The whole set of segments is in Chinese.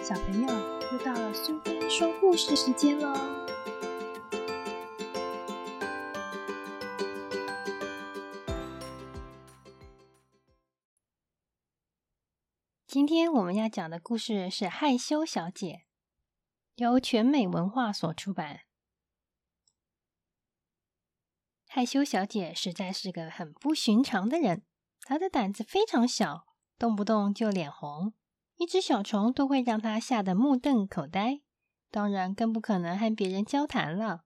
小朋友，又到了苏菲说故事时间咯。今天我们要讲的故事是《害羞小姐》，由全美文化所出版。害羞小姐实在是个很不寻常的人，她的胆子非常小，动不动就脸红，一只小虫都会让她吓得目瞪口呆，当然更不可能和别人交谈了。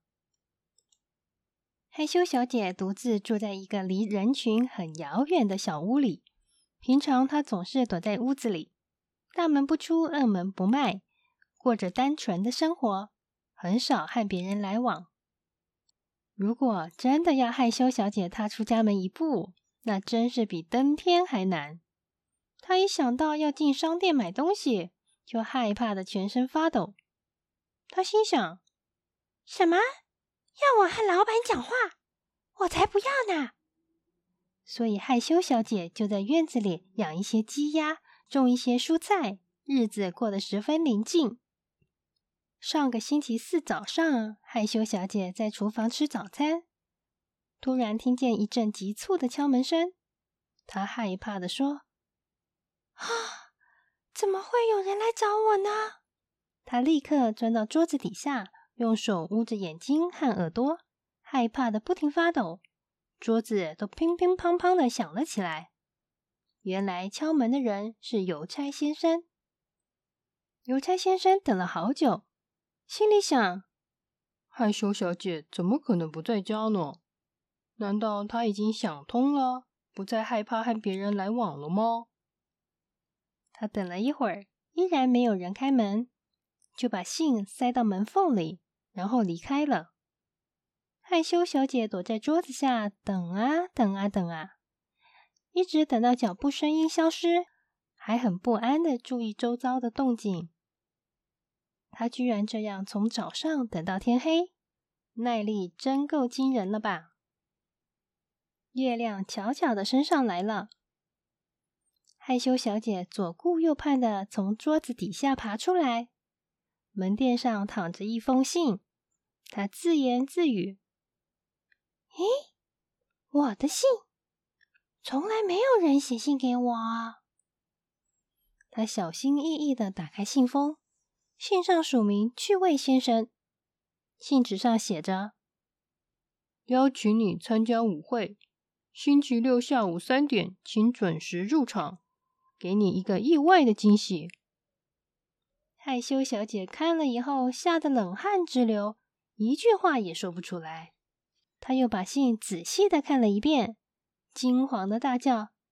害羞小姐独自住在一个离人群很遥远的小屋里，平常她总是躲在屋子里，大门不出，二门不迈，过着单纯的生活，很少和别人来往。如果真的要害羞小姐踏出家门一步，那真是比登天还难。她一想到要进商店买东西，就害怕的全身发抖。她心想：什么？要我和老板讲话？我才不要呢！所以害羞小姐就在院子里养一些鸡鸭，种一些蔬菜，日子过得十分宁静。上个星期四早上，害羞小姐在厨房吃早餐，突然听见一阵急促的敲门声。她害怕地说：啊，怎么会有人来找我呢？她立刻钻到桌子底下，用手捂着眼睛和耳朵，害怕的不停发抖，桌子都乒乒乓乓的响了起来。原来敲门的人是邮差先生。邮差先生等了好久，心里想：害羞小姐怎么可能不在家呢？难道她已经想通了，不再害怕和别人来往了吗？他等了一会儿，依然没有人开门，就把信塞到门缝里，然后离开了。害羞小姐躲在桌子下等啊等啊等啊，一直等到脚步声音消失，还很不安地注意周遭的动静。她居然这样从早上等到天黑，耐力真够惊人了吧？月亮悄悄地升上来了，害羞小姐左顾右盼地从桌子底下爬出来，门垫上躺着一封信。她自言自语：咦，我的信？从来没有人写信给我啊！她小心翼翼地打开信封，信上署名趣味先生，信纸上写着：邀请你参加舞会，星期六下午3点，请准时入场，给你一个意外的惊喜。害羞小姐看了以后，吓得冷汗直流，一句话也说不出来。她又把信仔细地看了一遍，惊惶的大叫：啊，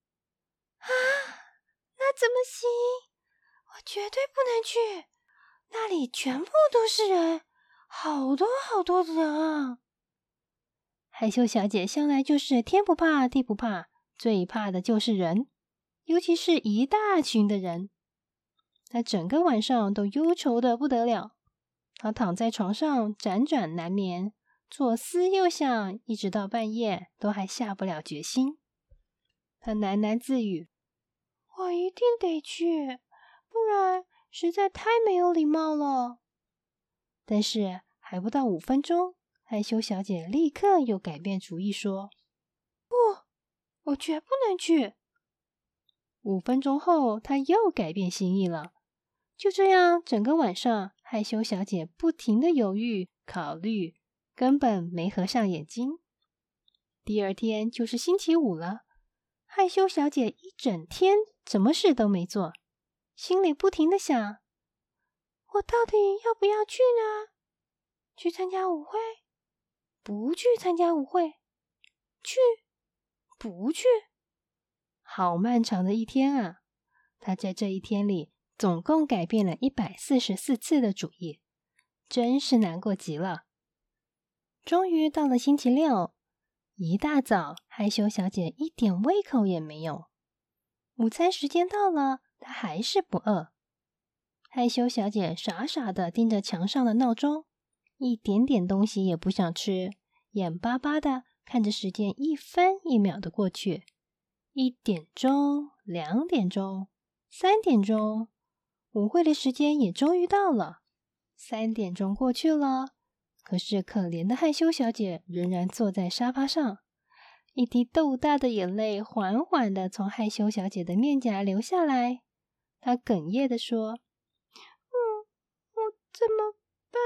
那怎么行？我绝对不能去，那里全部都是人，好多好多的人啊！害羞小姐向来就是天不怕地不怕，最怕的就是人，尤其是一大群的人。她整个晚上都忧愁得不得了，她躺在床上辗转难眠，左思右想，一直到半夜都还下不了决心。她喃喃自语：我一定得去，不然实在太没有礼貌了。但是还不到5分钟，害羞小姐立刻又改变主意说：不，我绝不能去。5分钟后，她又改变心意了。就这样，整个晚上，害羞小姐不停地犹豫、考虑，根本没合上眼睛。第二天就是星期五了，害羞小姐一整天什么事都没做，心里不停地想：我到底要不要去呢？去参加舞会？不去参加舞会？去？不去？好漫长的一天啊！她在这一天里总共改变了144次的主意，真是难过极了。终于到了星期六，一大早，害羞小姐一点胃口也没有。午餐时间到了，她还是不饿。害羞小姐傻傻地盯着墙上的闹钟，一点点东西也不想吃，眼巴巴地看着时间一分一秒的过去。1点钟、2点钟、3点钟、 舞会的时间也终于到了，3点钟过去了。可是可怜的害羞小姐仍然坐在沙发上，一滴豆大的眼泪缓缓地从害羞小姐的面颊流下来。她哽咽地说：“我怎么办？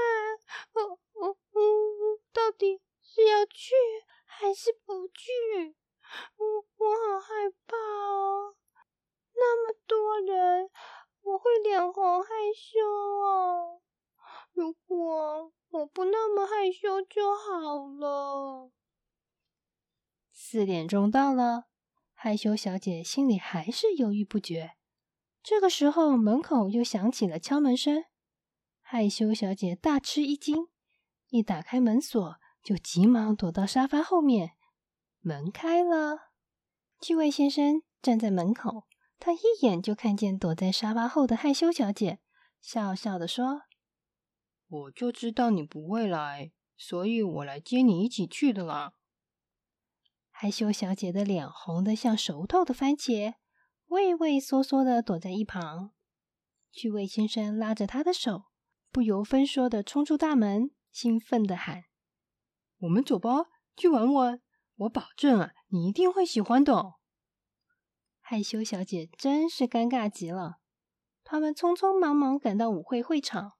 我到底是要去还是不去？我好害怕哦，那么多人，我会脸红害羞哦。如果我不那么害羞就好了。”4点钟到了，害羞小姐心里还是犹豫不决。这个时候，门口又响起了敲门声。害羞小姐大吃一惊，一打开门锁，就急忙躲到沙发后面。门开了，趣味先生站在门口，他一眼就看见躲在沙发后的害羞小姐，笑笑地说：“ 我就知道你不会来，所以我来接你一起去的啦。” 害羞小姐的脸红得像熟透的番茄，畏畏缩缩地躲在一旁。趣味先生拉着她的手，不由分说地冲出大门，兴奋地喊：“ 我们走吧，去玩玩！我保证啊，你一定会喜欢的。” 害羞小姐真是尴尬极了。他们匆匆忙忙赶到舞会会场。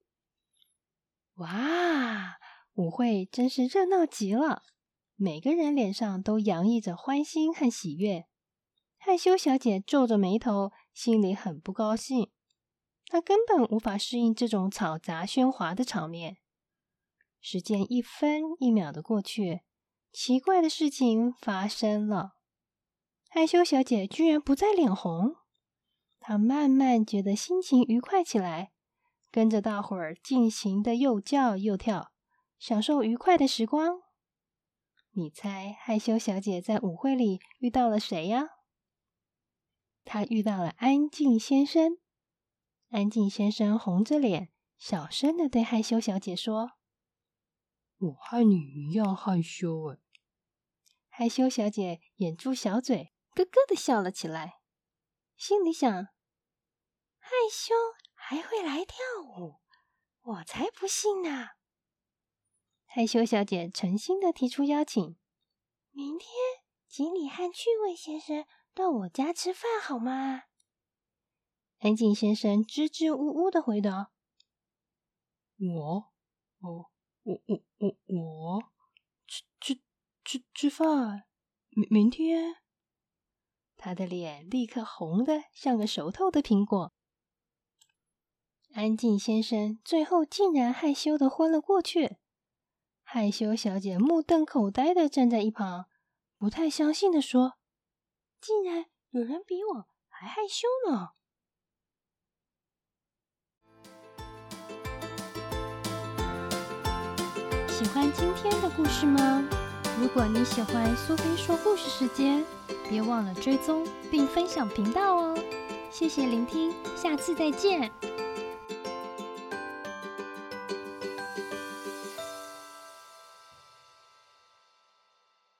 哇，舞会真是热闹极了，每个人脸上都洋溢着欢欣和喜悦。害羞小姐皱着眉头，心里很不高兴。她根本无法适应这种嘈杂喧哗的场面。时间一分一秒的过去，奇怪的事情发生了。害羞小姐居然不再脸红，她慢慢觉得心情愉快起来，跟着大伙儿尽情的又叫又跳，享受愉快的时光。你猜害羞小姐在舞会里遇到了谁呀？她遇到了安静先生。安静先生红着脸，小声的对害羞小姐说：“ 我和你一样害羞诶。” 害羞小姐掩住小嘴，咯咯的笑了起来，心里想：害羞还会来跳舞，我才不信呢。害羞小姐诚心的提出邀请：“明天请你和趣味先生到我家吃饭好吗？”安静先生支支吾吾的回答：“ 我吃饭，明天。” 他的脸立刻红得像个熟透的苹果。安静先生最后竟然害羞的昏了过去。害羞小姐目瞪口呆的站在一旁，不太相信的说：“竟然有人比我还害羞呢！”喜欢今天的故事吗？如果你喜欢苏菲说故事时间，别忘了追踪并分享频道哦。谢谢聆听，下次再见。